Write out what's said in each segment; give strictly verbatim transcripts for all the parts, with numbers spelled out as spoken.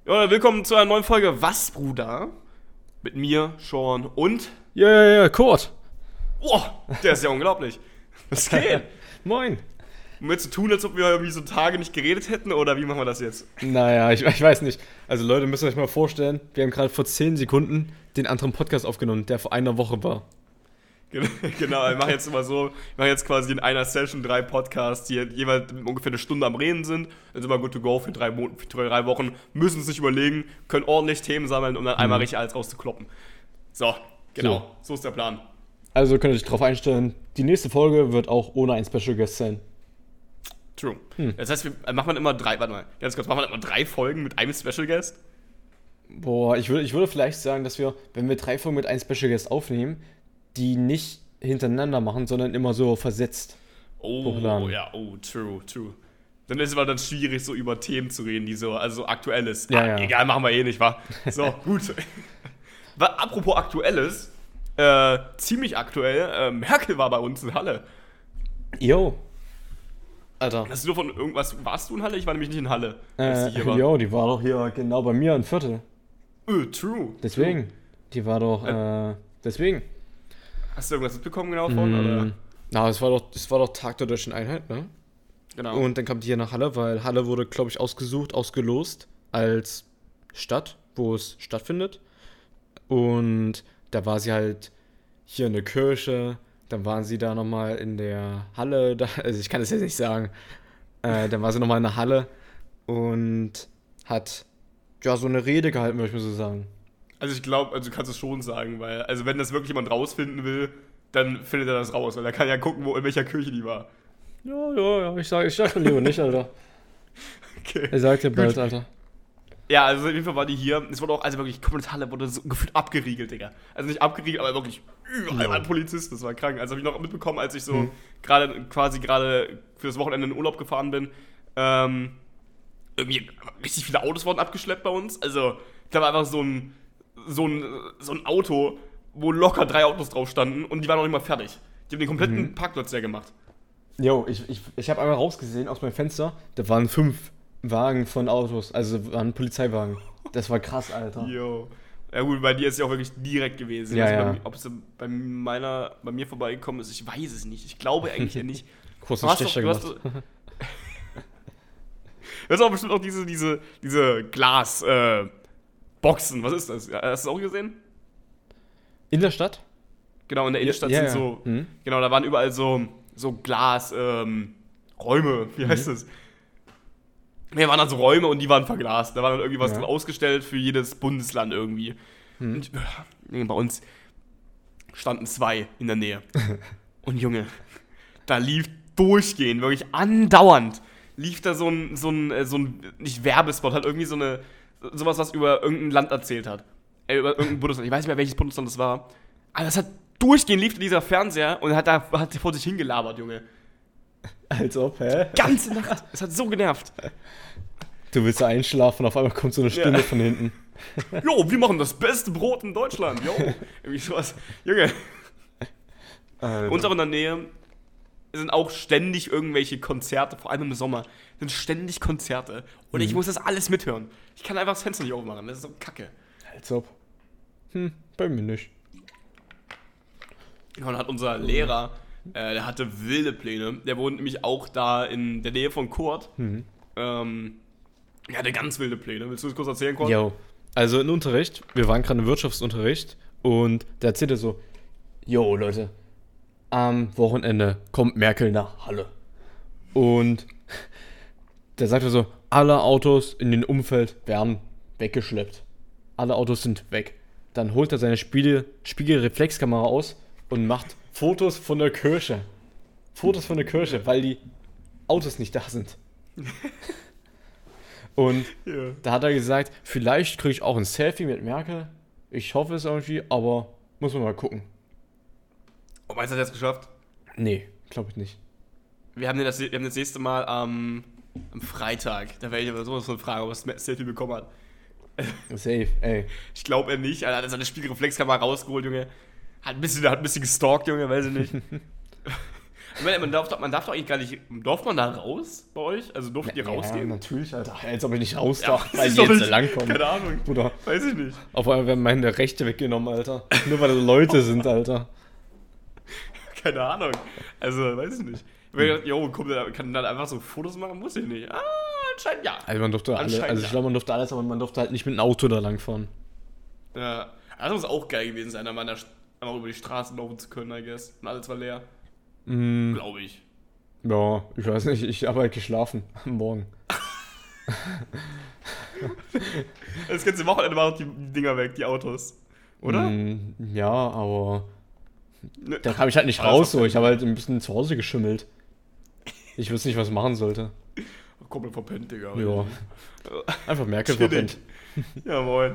Ja, willkommen zu einer neuen Folge Was, Bruder? Mit mir, Sean und... Ja, ja, ja, Kurt. Boah, der ist ja unglaublich. Was geht? Moin. Um jetzt zu tun, als ob wir irgendwie so Tage nicht geredet hätten, oder wie machen wir das jetzt? Naja, ich, ich weiß nicht. Also Leute, müsst ihr euch mal vorstellen, wir haben gerade vor zehn Sekunden den anderen Podcast aufgenommen, der vor einer Woche war. Genau, wir machen jetzt immer so, wir machen jetzt quasi in einer Session drei Podcasts, die jeweils ungefähr eine Stunde am Reden sind. Dann sind wir good to go für drei, Mo- für drei Wochen, müssen uns nicht überlegen, können ordentlich Themen sammeln, um dann mhm. einmal richtig alles rauszukloppen. So, genau, so. so ist der Plan. Also könnt ihr euch darauf einstellen, die nächste Folge wird auch ohne ein Special Guest sein. True. Hm. Das heißt, wir machen immer drei, warte mal, ganz kurz, machen wir immer drei Folgen mit einem Special Guest? Boah, ich würde, ich würde vielleicht sagen, dass wir, wenn wir drei Folgen mit einem Special Guest aufnehmen, die nicht hintereinander machen, sondern immer so versetzt. Oh, hochladen. Ja, oh, true, true. Dann ist es aber dann schwierig, so über Themen zu reden, die so, also Aktuelles. Ja, ah, ja. Egal, machen wir eh nicht, wa? So, gut. Apropos Aktuelles, äh, ziemlich aktuell, äh, Merkel war bei uns in Halle. Jo. Alter. Hast du von irgendwas, warst du in Halle? Ich war nämlich nicht in Halle, als Äh, die hier war. jo, die war doch hier genau bei mir im Viertel. Öh, true. Deswegen. True. Die war doch, äh, deswegen. Hast du irgendwas mitbekommen genau von, mm. oder? Na, es war doch, es war doch Tag der Deutschen Einheit, ne? Genau. Und dann kam die hier nach Halle, weil Halle wurde, glaube ich, ausgesucht, ausgelost als Stadt, wo es stattfindet. Und da war sie halt hier in der Kirche, dann waren sie da nochmal in der Halle, da, also ich kann das jetzt nicht sagen, äh, dann war sie nochmal in der Halle und hat, ja, so eine Rede gehalten, würde ich mal so sagen. Also ich glaube, also du kannst es schon sagen, weil, also wenn das wirklich jemand rausfinden will, dann findet er das raus, weil er kann ja gucken, wo, in welcher Kirche die war. Ja, ja, ja, ich sag, ich sag schon lieber nicht, Alter. Okay. Er sagt ja bald, Alter. Ja, also auf jeden Fall war die hier. Es wurde auch, also wirklich, komplett Halle wurde so gefühlt abgeriegelt, Digga. Also nicht abgeriegelt, aber wirklich überall Ja. waren Polizisten, das war krank. Also habe ich noch mitbekommen, als ich so hm. gerade, quasi gerade für das Wochenende in den Urlaub gefahren bin, ähm, irgendwie richtig viele Autos wurden abgeschleppt bei uns. Also, da war einfach so ein, so ein, so ein Auto, wo locker drei Autos drauf standen und die waren noch nicht mal fertig. Die haben den kompletten Mhm. Parkplatz leer gemacht. Jo, ich, ich, ich habe einmal rausgesehen aus meinem Fenster, da waren fünf Wagen von Autos, also waren Polizeiwagen. Das war krass, Alter. Jo. Ja gut, bei dir ist ja auch wirklich direkt gewesen. Ja, also ja. Bei, ob es bei meiner, bei mir vorbeigekommen ist, ich weiß es nicht. Ich glaube eigentlich ja nicht. Kurzen Du hast Stecher doch- du gemacht. hast- Das ist auch bestimmt auch diese, diese, diese Glas, äh, Boxen. Was ist das? Ja, hast du das auch gesehen? In der Stadt? Genau, in der Innenstadt Ja, sind ja. so, Mhm. genau, da waren überall so, so Glas, ähm, Räume, wie heißt Mhm. das? Ja, waren dann so Räume und die waren verglast. Da war dann irgendwie was Ja. drin ausgestellt für jedes Bundesland irgendwie. Mhm. Und äh, bei uns standen zwei in der Nähe. Und Junge, da lief durchgehend, wirklich andauernd, lief da so ein, so ein, äh, so ein, nicht Werbespot, halt irgendwie so eine, sowas, was über irgendein Land erzählt hat. Äh, über irgendein Bundesland. Ich weiß nicht mehr, welches Bundesland das war. Aber das hat durchgehend lief dieser Fernseher und hat da hat vor sich hingelabert, Junge. Als ob, hä? Ganze Nacht. Es hat so genervt. Du willst da einschlafen, auf einmal kommt so eine Stimme Ja. von hinten. Jo, wir machen das beste Brot in Deutschland. Jo. Irgendwie sowas. Junge. Alter. Uns auch in der Nähe sind auch ständig irgendwelche Konzerte, vor allem im Sommer, sind ständig Konzerte. Und ich Mhm. muss das alles mithören. Ich kann einfach das Fenster nicht aufmachen. Das ist so kacke. Als ob. Hm, bei mir nicht. Und dann hat unser Lehrer, äh, der hatte wilde Pläne. Der wohnt nämlich auch da in der Nähe von Kurt. Mhm. Ähm, er hatte ganz wilde Pläne. Willst du das kurz erzählen, Kurt? Jo. Also in Unterricht, wir waren gerade im Wirtschaftsunterricht und der erzählte so, jo Leute, am Wochenende kommt Merkel nach Halle. Und der sagte so, alle Autos in dem Umfeld werden weggeschleppt. Alle Autos sind weg. Dann holt er seine Spiegel, Spiegelreflexkamera aus und macht Fotos von der Kirche. Fotos von der Kirche, weil die Autos nicht da sind. Und Ja. da hat er gesagt, vielleicht kriege ich auch ein Selfie mit Merkel. Ich hoffe es irgendwie, aber muss man mal gucken. Und meinst du, hat er es geschafft? Nee, glaube ich nicht. Wir haben, das, wir haben das nächste Mal am, am Freitag, da werde ich aber sowas von fragen, ob er das Selfie bekommen hat. Safe, ey. Ich glaube er nicht. Er hat seine Spiegelreflexkamera rausgeholt, Junge. Hat ein bisschen, hat ein bisschen gestalkt, Junge, weiß ich nicht. Ich meine, man darf, doch, man darf doch eigentlich gar nicht. Darf man da raus bei euch? Also durften die Ja, rausgehen? natürlich, Alter. Als ob ich nicht raus Ja, darf, das weil ist die doch jetzt nicht- lang kommen. Keine Ahnung. Bruder. Weiß ich nicht. Auf einmal werden meine Rechte weggenommen, Alter. Nur weil das Leute sind, Alter. Keine Ahnung. Also, weiß ich nicht. Ich hab mir gedacht, jo, komm, der kann dann einfach so Fotos machen, muss ich nicht. Ah, anscheinend ja. Also man durfte alle, Anscheinend also ich ja. glaube, man durfte alles, aber man durfte halt nicht mit einem Auto da lang fahren. Ja. Das muss auch geil gewesen sein, einmal, der, einmal über die Straßen laufen zu können, I guess. Und alles war leer. Mm, Glaube ich. ja, ich weiß nicht, ich habe halt geschlafen am Morgen. Das ganze Wochenende waren auch die Dinger weg, die Autos. Oder? Mm, ja, aber Ne. da kam ich halt nicht Alles raus, so. auf- Ich habe halt ein bisschen zu Hause geschimmelt. Ich wusste nicht, was ich machen sollte. Komplett verpennt, Digga. Ja. Einfach Merkel Chillig. verpennt. Ja, moin.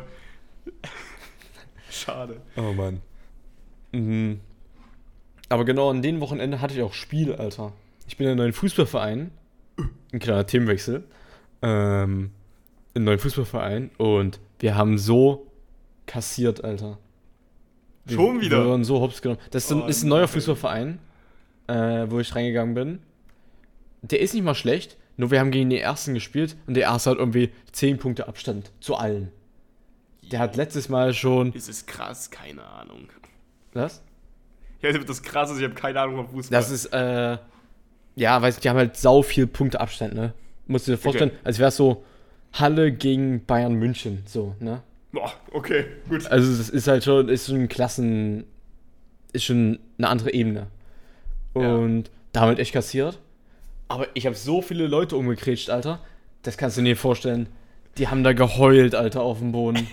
Schade. Oh Mann. Mhm. Aber genau an dem Wochenende hatte ich auch Spiel, Alter. Ich bin in einem neuen Fußballverein. Ein kleiner Themenwechsel. Ähm, in einem neuen Fußballverein. Und wir haben so kassiert, Alter. Wir, Schon wieder? Wir wurden so hops genommen. Das ist ein, Oh, ist ein neuer nein. Fußballverein, äh, wo ich reingegangen bin. Der ist nicht mal schlecht, nur wir haben gegen den ersten gespielt und der erste hat irgendwie zehn Punkte Abstand zu allen. Der hat letztes Mal schon. Ist es krass? Keine Ahnung. Was? Ja, das krass ist, ich habe keine Ahnung vom Fußball. Das ist, äh. Ja, weiß ich, die haben halt sau viel Punkte Abstand, ne? Musst du dir vorstellen, Okay. als wäre es so Halle gegen Bayern München, so, ne? Boah, okay, gut. Also, das ist halt schon, ist schon Klassen. Ist schon eine andere Ebene. Und da haben wir echt kassiert. Aber ich habe so viele Leute umgekrätscht, Alter. Das kannst du dir nicht vorstellen. Die haben da geheult, Alter, auf dem Boden.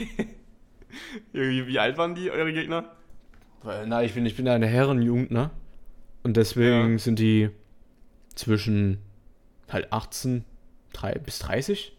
Wie, wie alt waren die, eure Gegner? Weil, na, ich bin, ich bin eine Herrenjugend, ne? Und deswegen Ja. sind die zwischen halt achtzehn drei, bis dreißig.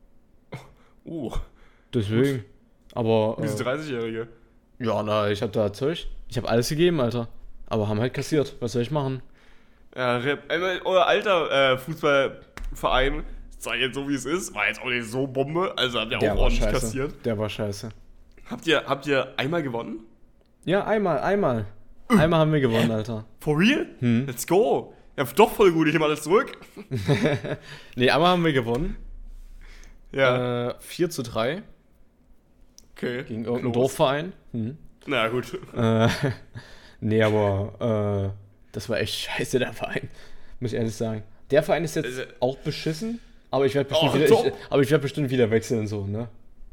Uh, Deswegen. Aber. wie ist Äh, dreißig-Jährige? ja, na, ich hab da Zeug. Ich hab alles gegeben, Alter. Aber haben halt kassiert. Was soll ich machen? Ja, Rip. Einmal euer alter äh, Fußballverein, sag jetzt so wie es ist, war jetzt auch nicht so Bombe, also habt ihr auch war ordentlich scheiße. kassiert. Der war scheiße. Habt ihr, habt ihr einmal gewonnen? Ja, einmal, einmal. Einmal haben wir gewonnen, Alter. For real? Hm. Let's go. Ja, doch voll gut, ich nehme alles zurück. Nee, einmal haben wir gewonnen. Ja, Äh, vier zu drei okay. gegen irgendeinen Close. Dorfverein. Hm. Na gut. Äh, nee, aber äh, das war echt scheiße, der Verein. Muss ich ehrlich sagen. Der Verein ist jetzt Also- auch beschissen, aber ich werde bestimmt, Oh, wieder, top. ich, aber ich werd bestimmt wieder wechseln, so, ne?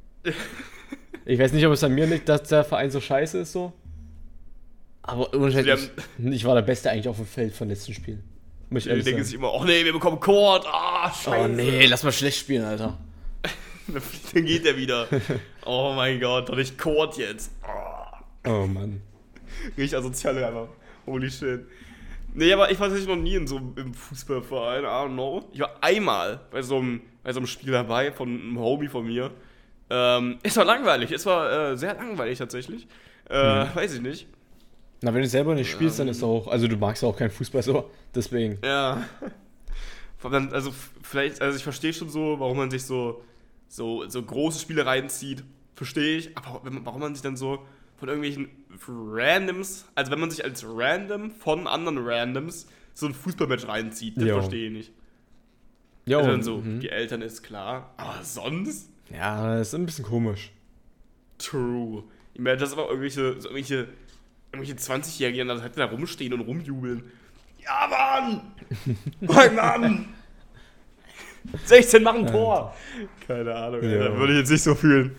Ich weiß nicht, ob es an mir liegt, dass der Verein so scheiße ist, so. Aber ohne Scheiß, Wir ich, ich war der Beste eigentlich auf dem Feld von letzten Spiel. Muss ich Die ehrlich denken sagen. sich immer, oh nee, wir bekommen Court. Ah, scheiße. Oh nee, lass mal schlecht spielen, Alter. Dann geht der wieder. Oh mein Gott, doch nicht Court jetzt. Oh. Oh Mann. Richtig asozial einfach. Holy shit. Nee, aber ich war tatsächlich noch nie in so einem Fußballverein, I don't know. Ich war einmal bei so einem, bei so einem Spiel dabei von einem Homie von mir. Ähm, es war langweilig, es war äh, sehr langweilig tatsächlich. Äh, Mhm. weiß ich nicht. Na, wenn du selber nicht spielst, dann ist auch, also du magst auch keinen Fußball so, deswegen. Ja. Vor allem, also f- vielleicht, also ich verstehe schon so, warum man sich so, so, so große Spiele reinzieht. Verstehe ich. Aber wenn man, warum man sich dann so von irgendwelchen Randoms, also wenn man sich als Random von anderen Randoms so ein Fußballmatch reinzieht, das Jo. verstehe ich nicht. Ja, Also und- dann so, mhm. die Eltern ist klar. Aber sonst? Ja, das ist ein bisschen komisch. True. Ich meine, das ist aber irgendwelche, so irgendwelche, irgendwelche zwanzigjährigen, die halt da rumstehen und rumjubeln. Ja, Mann! Mein Mann! sechzehn machen Tor! Keine Ahnung, Ja. Alter, würde ich jetzt nicht so fühlen.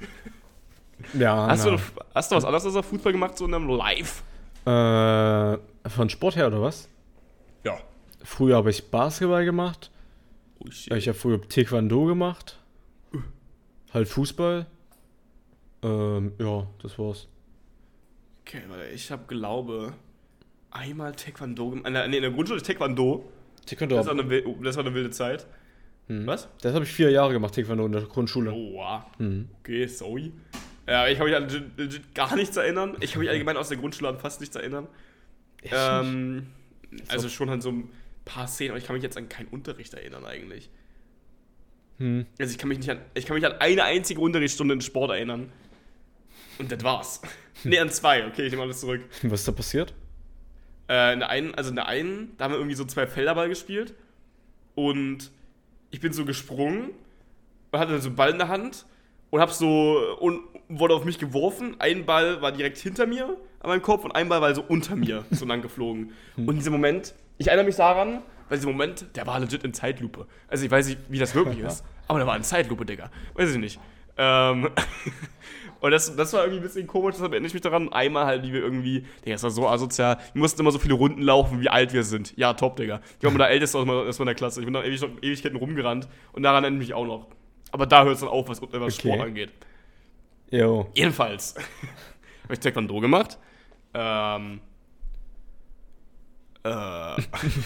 Ja, Hast na. du, hast du was anderes als auf Fußball gemacht, so in einem Live? Äh, von Sport her oder was? Ja. Früher habe ich Basketball gemacht. Oh shit. Ich habe früher Taekwondo gemacht. Halt Fußball. Ähm, ja, das war's. Okay, warte, ich habe, glaube, einmal Taekwondo gemacht. Nee, in der Grundschule Taekwondo. Taekwondo. Das war eine, wil- das war eine wilde Zeit. Hm. Was? Das habe ich vier Jahre gemacht, Taekwondo in der Grundschule. Oh, wow. Hm. Okay, sorry. Ja, ich kann mich an legit, legit gar nichts erinnern. Ich kann mich allgemein aus der Grundschule an fast nichts erinnern. Ähm, also schon an so ein paar Szenen, aber ich kann mich jetzt an keinen Unterricht erinnern eigentlich. Hm. Also ich kann mich nicht an, ich kann mich an eine einzige Unterrichtsstunde in Sport erinnern. Und das war's. Nee, an zwei, okay, ich nehme alles zurück. Was ist da passiert? Äh, in der einen, also in der einen, da haben wir irgendwie so zwei Felderball gespielt. Und ich bin so gesprungen und hatte so einen Ball in der Hand und hab so und wurde auf mich geworfen. Ein Ball war direkt hinter mir an meinem Kopf und ein Ball war so unter mir so lang geflogen. Und dieser Moment, ich erinnere mich daran, weil dieser Moment, der war legit in Zeitlupe. Also ich weiß nicht, wie das wirklich ist, aber der war in Zeitlupe, Digga. Weiß ich nicht. Ähm, und das, das war irgendwie ein bisschen komisch, deshalb erinnere ich mich daran. Einmal halt, wie wir irgendwie, Digga, das war so asozial, wir mussten immer so viele Runden laufen, wie alt wir sind. Ja, top, Digga. Ich war immer der Älteste aus meiner, aus meiner Klasse. Ich bin da ewig, Ewigkeiten rumgerannt und daran erinnere ich mich auch noch. Aber da hört es dann auf, was, was okay. Sport angeht. Jo. Jedenfalls habe ich Taekwondo gemacht. Ähm, äh,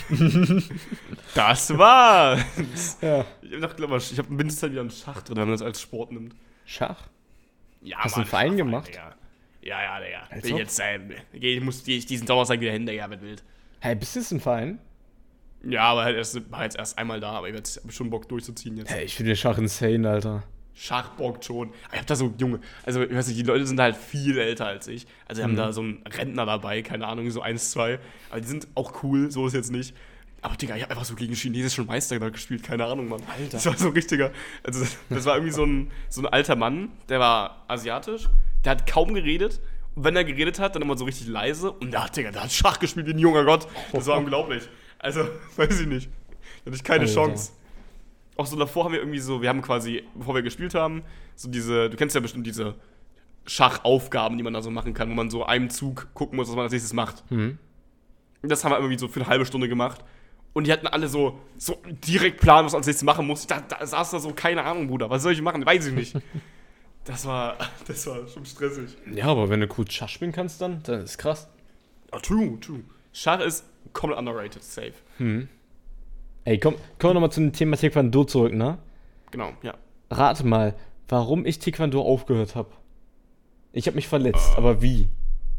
das war's. Ja. Ich habe glaube ich, hab mindestens halt wieder einen Schach drin, wenn man das als Sport nimmt. Schach? Ja, Hast du einen Verein gemacht? Digga. Ja, ja, Digga. Als Bin ob? jetzt, äh, ich muss die- diesen Donnerstag wieder hin, Digga, wenn wild. Hey, bist du jetzt ein Verein? Ja, aber halt erst, war jetzt erst einmal da, aber ich hab schon Bock durchzuziehen jetzt. Hey, ich finde den Schach insane, Alter. Schach bockt schon. Aber ich hab da so Junge, also ich weiß nicht, die Leute sind halt viel älter als ich. Also wir haben Mhm. da so einen Rentner dabei, keine Ahnung, so eins, zwei. Aber die sind auch cool, so ist jetzt nicht. Aber Digga, ich hab einfach so gegen chinesischen Meister da gespielt, keine Ahnung, Mann. Alter. Das war so ein richtiger, also das war irgendwie so ein, so ein alter Mann, der war asiatisch, der hat kaum geredet. Und wenn er geredet hat, dann immer so richtig leise. Und der hat, Digga, der hat Schach gespielt wie ein junger Gott. Das war unglaublich. Also, weiß ich nicht. Da hatte ich keine Alter. Chance. Auch so davor haben wir irgendwie so, wir haben quasi, bevor wir gespielt haben, so diese, du kennst ja bestimmt diese Schachaufgaben, die man da so machen kann, wo man so einem Zug gucken muss, was man als nächstes macht. Mhm. Und das haben wir irgendwie so für eine halbe Stunde gemacht. Und die hatten alle so, so direkt Plan, was man als nächstes machen muss. Da, da saß da so, keine Ahnung, Bruder, was soll ich machen? Weiß ich nicht. Das war, das war schon stressig. Ja, aber wenn du gut Schach spielen kannst, dann, dann ist krass. Oh, true, true. Schach ist komplett underrated, safe. Hm. Ey, komm, kommen wir nochmal zum Thema Taekwondo zurück, ne? Genau, ja. Rate mal, warum ich Taekwondo aufgehört habe. Ich habe mich verletzt, Uh. aber wie?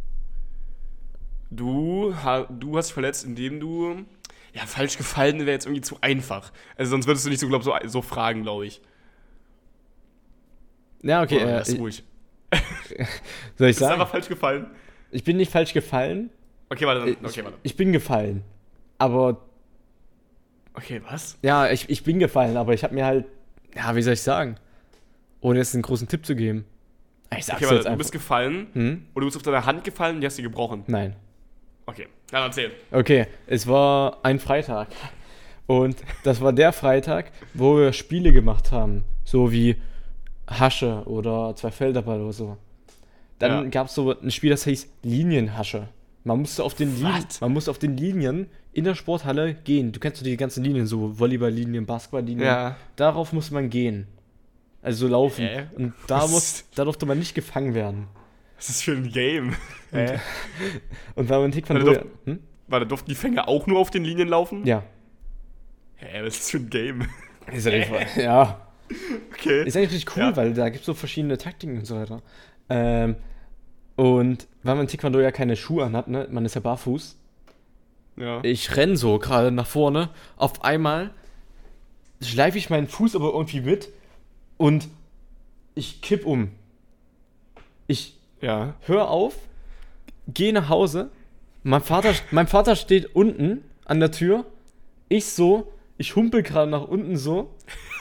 Du, ha, du hast dich verletzt, indem du. Ja, falsch gefallen wäre jetzt irgendwie zu einfach. Also sonst würdest du nicht so, glaub, so, so fragen, glaube ich. Ja, okay, Oder äh, lass ich, ruhig. soll ich Ist sagen? einfach falsch gefallen. Ich bin nicht falsch gefallen. Okay, warte, Ich, dann, okay, warte. ich bin gefallen. Aber, Okay, was? ja, ich, ich bin gefallen, aber ich habe mir halt, ja, wie soll ich sagen? Ohne jetzt einen großen Tipp zu geben. Ich sag's Okay, warte, jetzt du einfach. bist gefallen Hm? und du bist auf deiner Hand gefallen und die hast du gebrochen. Nein. Okay, dann erzähl. Okay, es war ein Freitag. Und das war der Freitag, wo wir Spiele gemacht haben. So wie Hasche oder zwei Felderball oder so. Dann Ja. gab es so ein Spiel, das hieß Linienhasche. Man musste auf den Linien, Was? man musste auf den Linien in der Sporthalle gehen. Du kennst so die ganzen Linien, so Volleyballlinien, Basketballlinien. Ja. Darauf musste man gehen. Also so laufen. Hä? Und da, Was? muss, da durfte man nicht gefangen werden. Was ist das für ein Game? Hä? Und weil man Taekwondo... Warte, Hm? Warte, durften die Fänger auch nur auf den Linien laufen? Ja. Hä, was ist das für ein Game? Ist ja, nicht, ja. Okay. Ist eigentlich richtig cool, Ja. weil da gibt es so verschiedene Taktiken und so weiter. Ähm, und weil man Taekwondo ja keine Schuhe anhat, ne? Man ist ja barfuß. Ja. Ich renn so gerade nach vorne. Auf einmal schleife ich meinen Fuß aber irgendwie mit und ich kipp um. Ich Ja. hör auf, geh nach Hause. Mein Vater, mein Vater steht unten an der Tür. Ich so, ich humpel gerade nach unten so.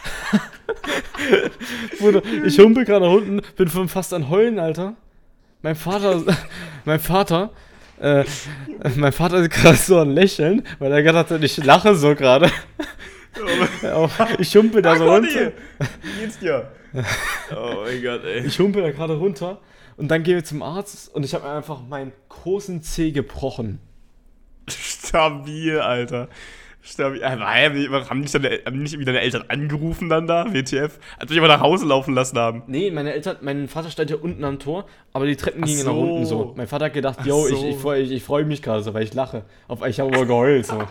Bruder, ich humpel gerade nach unten, bin von fast an Heulen, Alter. Mein Vater, mein Vater, äh, mein Vater ist gerade so ein Lächeln, weil er gedacht hat, ich lache so gerade. Ich humpel da so runter. Wie geht's dir? Oh mein Gott, ey. Ich humpel da gerade runter und dann gehen wir zum Arzt und ich habe mir einfach meinen großen Zeh gebrochen. Stabil, Alter. Stabil. Äh, Haben nicht, deine, haben nicht irgendwie deine Eltern angerufen dann da, W T F? Als dich aber nach Hause laufen lassen haben. Nee, meine Eltern, mein Vater stand ja unten am Tor, aber die Treppen Ach gingen so. nach unten so. Mein Vater hat gedacht, Ach yo, so. ich, ich, freu- ich, ich freue mich gerade so, weil ich lache. Auf, ich habe aber geheult so.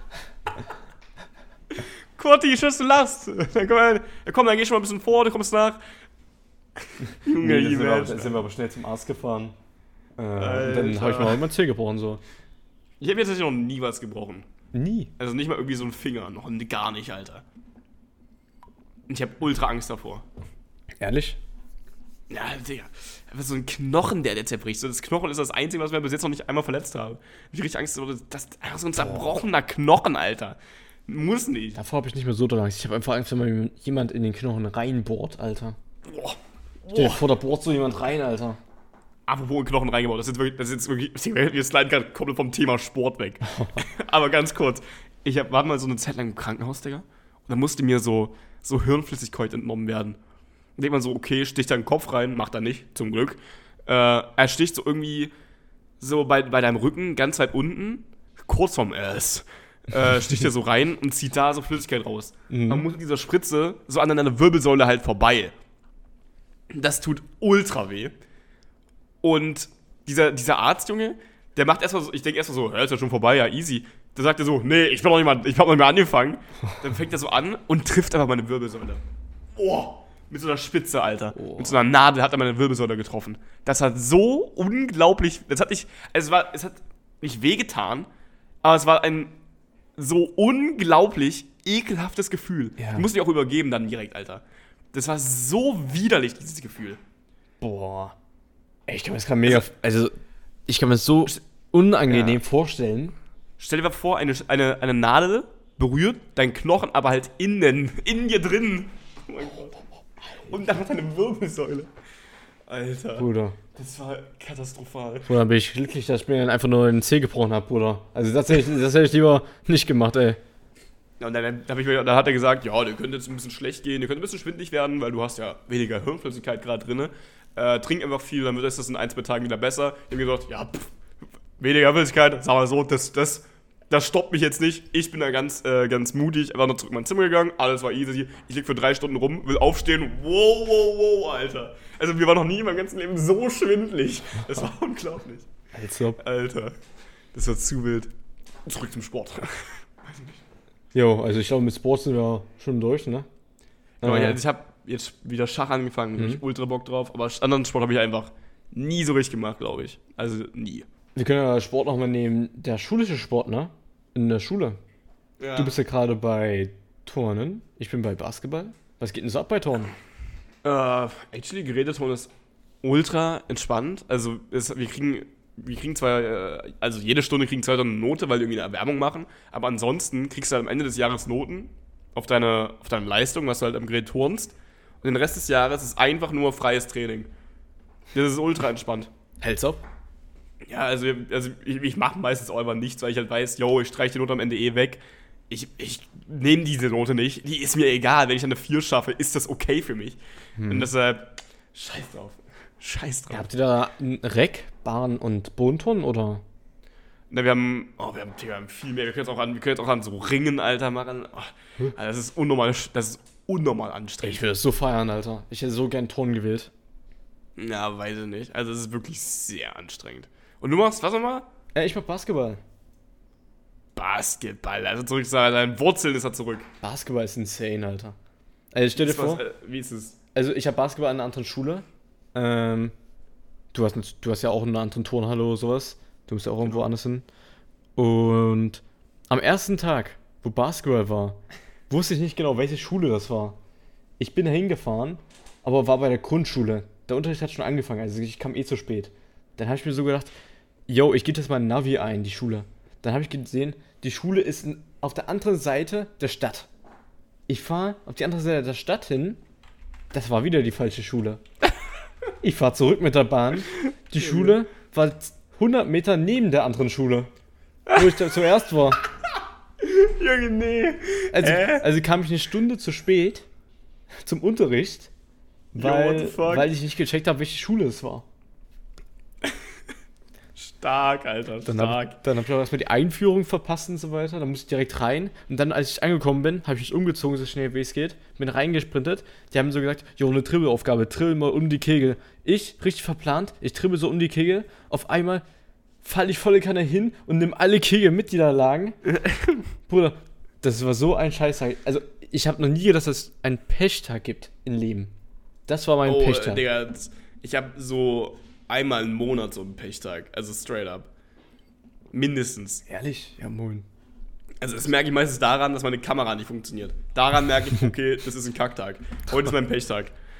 Kurti, schön, dass du lachst. Dann komm, ja, komm, dann geh schon mal ein bisschen vor, du kommst nach. Junge, Nee, nee, dann, sind wir, aber- dann sind wir aber schnell zum Arzt gefahren. Äh, und dann Alter. habe ich mir halt mein Zeh gebrochen so. Ich habe jetzt tatsächlich noch nie was gebrochen. Nie. Also nicht mal irgendwie so ein Finger, noch gar nicht, Alter. Und ich habe ultra Angst davor. Ehrlich? Ja, Digga. Einfach so ein Knochen, der der zerbricht. So, das Knochen ist das Einzige, was wir bis jetzt noch nicht einmal verletzt haben. Ich hab richtig Angst, so, das ist einfach so ein zerbrochener Knochen, Alter. Muss nicht. Davor habe ich nicht mehr so Angst. Ich habe einfach Angst, wenn man jemand in den Knochen reinbohrt, Alter. Boah. Stell dir vor, da bohrt so jemand rein, Alter. Apropos in Knochen reingebaut, das ist jetzt wirklich, das ist jetzt wirklich, wir sliden gerade komplett vom Thema Sport weg. Aber ganz kurz, ich hab, war mal so eine Zeit lang im Krankenhaus, Digga, und da musste mir so, so Hirnflüssigkeit entnommen werden. Da denkt man so, okay, sticht da einen Kopf rein, macht er nicht, zum Glück. Äh, er sticht so irgendwie so bei, bei deinem Rücken, ganz weit unten, kurz vorm Ass, äh, sticht er so rein und zieht da so Flüssigkeit raus. Mhm. Man muss mit dieser Spritze so an deiner Wirbelsäule halt vorbei. Das tut ultra weh. Und dieser, dieser Arzt, Junge, der macht erstmal so, ich denke erstmal so, ja, ist ja schon vorbei, ja, easy. Der sagt er so, nee, ich bin noch nicht mal, ich hab noch nicht mal angefangen. Dann fängt er so an und trifft einfach meine Wirbelsäule. Oh, mit so einer Spitze, Alter. Oh. Mit so einer Nadel hat er meine Wirbelsäule getroffen. Das hat so unglaublich, das hat nicht, also es war, es hat nicht wehgetan, aber es war ein so unglaublich ekelhaftes Gefühl. Ja. Ich muss mich auch übergeben dann direkt, Alter. Das war so widerlich, dieses Gefühl. Boah. Ey, ich kann mir das gerade mega, also ich kann mir das so unangenehm ja. vorstellen. Stell dir mal vor, eine, eine, eine Nadel berührt deinen Knochen, aber halt innen, in dir drin. Oh mein Gott. Und dann hat deine Wirbelsäule. Alter. Bruder. Das war katastrophal. Bruder, dann bin ich glücklich, dass ich mir dann einfach nur den Zeh gebrochen habe, Bruder. Also das hätte ich, das hätte ich lieber nicht gemacht, ey. Ja, und dann, dann, hab ich mir, dann hat er gesagt, ja, der könnte jetzt ein bisschen schlecht gehen, der könnte ein bisschen schwindelig werden, weil du hast ja weniger Hirnflüssigkeit gerade drin. Äh, trink einfach viel, dann wird das in ein, zwei Tagen wieder besser. Ich hab mir gesagt, ja, pff, weniger Flüssigkeit, sag mal so, das, das, das stoppt mich jetzt nicht. Ich bin da ganz, äh, ganz mutig, einfach nur zurück in mein Zimmer gegangen, alles war easy. Ich lieg für drei Stunden rum, will aufstehen, wow, wow, wow, Alter. Also mir war noch nie in meinem ganzen Leben so schwindelig. Das war unglaublich. Also. Alter, das war zu wild. Zurück zum Sport. Weiß ich nicht. Jo, also ich glaube, mit Sport sind wir schon durch, ne? Aber äh. ja, ich habe jetzt wieder Schach angefangen, mhm. ich ultra Bock drauf, aber anderen Sport habe ich einfach nie so richtig gemacht, glaube ich. Also nie. Wir können ja Sport nochmal nehmen, der schulische Sport, ne? In der Schule. Ja. Du bist ja gerade bei Turnen, ich bin bei Basketball. Was geht denn so ab bei Turnen? Äh, actually, Geräteturnen ist ultra entspannt. Also es, wir kriegen wir kriegen zwar, äh, also jede Stunde kriegen zwei eine Note, weil wir irgendwie eine Erwärmung machen, aber ansonsten kriegst du halt am Ende des Jahres Noten auf deine, auf deine Leistung, was du halt am Gerät turnst. Und den Rest des Jahres ist einfach nur freies Training. Das ist ultra entspannt. Hält's ab? Ja, also, also ich, ich mache meistens auch einfach nichts, weil ich halt weiß, yo, ich streiche die Note am Ende eh weg. Ich, ich nehme diese Note nicht. Die ist mir egal. Wenn ich eine vier schaffe, ist das okay für mich. Hm. Und deshalb, scheiß drauf. Scheiß drauf. Ja, habt ihr da ein Reck, Bahn und Bodenturnen, oder? Na, wir haben, oh, wir haben, wir haben viel mehr. Wir können jetzt auch an, wir können jetzt auch an so Ringen, Alter, machen. Oh, hm? Also das ist unnormal, das ist unnormal anstrengend. Ich würde es so feiern, Alter. Ich hätte so gern Turnen gewählt. Ja, weiß ich nicht. Also es ist wirklich sehr anstrengend. Und du machst, was nochmal? Äh, ich mach Basketball. Basketball, also zurück zu deinen Wurzeln ist er zurück. Basketball ist insane, Alter. Also stell dir vor, was, äh, wie ist es? Also ich habe Basketball an einer anderen Schule. Ähm, du hast, du hast ja auch in einer anderen Turnhalle oder sowas. Du musst ja auch irgendwo genau. anders hin. Und am ersten Tag, wo Basketball war, wusste ich nicht genau, welche Schule das war. Ich bin da hingefahren, aber war bei der Grundschule. Der Unterricht hat schon angefangen, also ich kam eh zu spät. Dann habe ich mir so gedacht, yo, ich gebe das mal in Navi ein, die Schule. Dann habe ich gesehen, die Schule ist auf der anderen Seite der Stadt. Ich fahre auf die andere Seite der Stadt hin, das war wieder die falsche Schule. Ich fahre zurück mit der Bahn. Die Schule war hundert Meter neben der anderen Schule, wo ich da zuerst war. Junge, nee. Also, äh? also kam ich eine Stunde zu spät zum Unterricht, weil, Yo, weil ich nicht gecheckt habe, welche Schule es war. Stark, Alter, stark. Dann habe dann hab ich auch erstmal die Einführung verpasst und so weiter. Dann musste ich direkt rein. Und dann, als ich angekommen bin, habe ich mich umgezogen, so schnell wie es geht. Bin reingesprintet. Die haben so gesagt, jo, eine Dribbelaufgabe, dribbel mal um die Kegel. Ich, richtig verplant, ich dribbel so um die Kegel. Auf einmal falle ich volle Kanne hin und nehme alle Kegel mit, die da lagen. Bruder, das war so ein Scheißtag. Also, ich habe noch nie gedacht, dass es einen Pechtag gibt im Leben. Das war mein oh, Pechtag. Digga, ich habe so einmal im Monat so einen Pechtag. Also straight up. Mindestens. Ehrlich? Ja, moin. Also das merke ich meistens daran, dass meine Kamera nicht funktioniert. Daran merke ich, okay, das ist ein Kacktag. Heute ist mein Pechtag.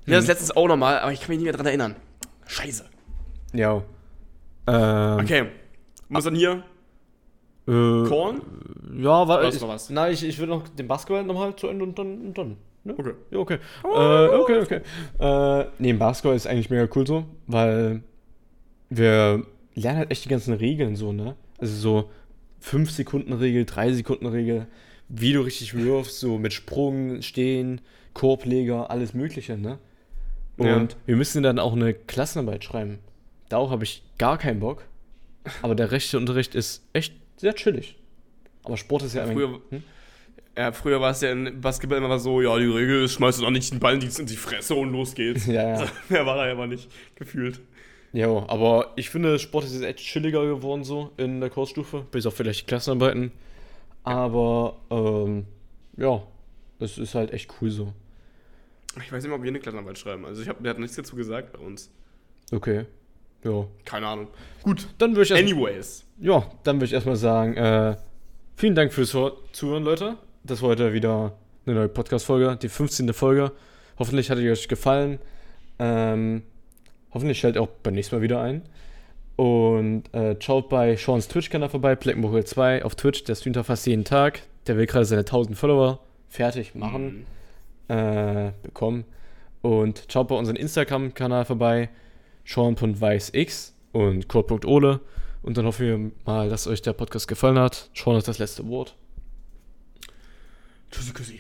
Ja, das letztes auch nochmal, aber ich kann mich nicht mehr dran erinnern. Scheiße. Ja. Ähm, Okay. Muss dann hier Äh, Korn? Ja, warte. Was Ich, noch was? nein, ich, ich will noch den Basketball nochmal zu Ende und dann. Und dann ne? Okay. Ja, okay. Äh, okay, okay. Äh, nee, im Basketball ist eigentlich mega cool so, weil wir lernen halt echt die ganzen Regeln so, ne? Also so fünf Sekunden Regel, drei Sekunden Regel, wie du richtig wirfst, so mit Sprung, Stehen, Korbleger, alles Mögliche, ne? Und Ja. wir müssen dann auch eine Klassenarbeit schreiben. Darauf habe ich gar keinen Bock. Aber der rechte Unterricht ist echt sehr chillig. Aber Sport ist ja, Ja, ein- früher- hm? Ja, früher war es ja in Basketball immer so, ja, die Regel ist, schmeißt du noch nicht den Ball in die, in die Fresse und los geht's. Ja, ja. Mehr war da ja aber nicht gefühlt. Ja, aber ich finde, Sport ist jetzt echt chilliger geworden so in der Kursstufe, bis auf vielleicht die Klassenarbeiten. Aber, ähm, ja, das ist halt echt cool so. Ich weiß nicht mal, ob wir eine Klassenarbeit schreiben. Also ich hab, der hat nichts dazu gesagt bei uns. Okay. Ja. Keine Ahnung. Gut. Dann würde ich erst, Anyways. ja, dann würde ich erstmal sagen, äh, vielen Dank fürs Hor- Zuhören, Leute. Das war heute wieder eine neue Podcast-Folge, die fünfzehnte Folge. Hoffentlich hat die euch gefallen. Ähm, hoffentlich schaltet auch beim nächsten Mal wieder ein. Und äh, schaut bei Sean's Twitch-Kanal vorbei, Blackmohol zwei auf Twitch. Der streamt da fast jeden Tag. Der will gerade seine tausend Follower fertig machen, Mhm. äh, bekommen. Und schaut bei unserem Instagram-Kanal vorbei, sean.weißx und kurt.ole. Und dann hoffen wir mal, dass euch der Podcast gefallen hat. Sean hat das letzte Wort. Tschüssi, küssi.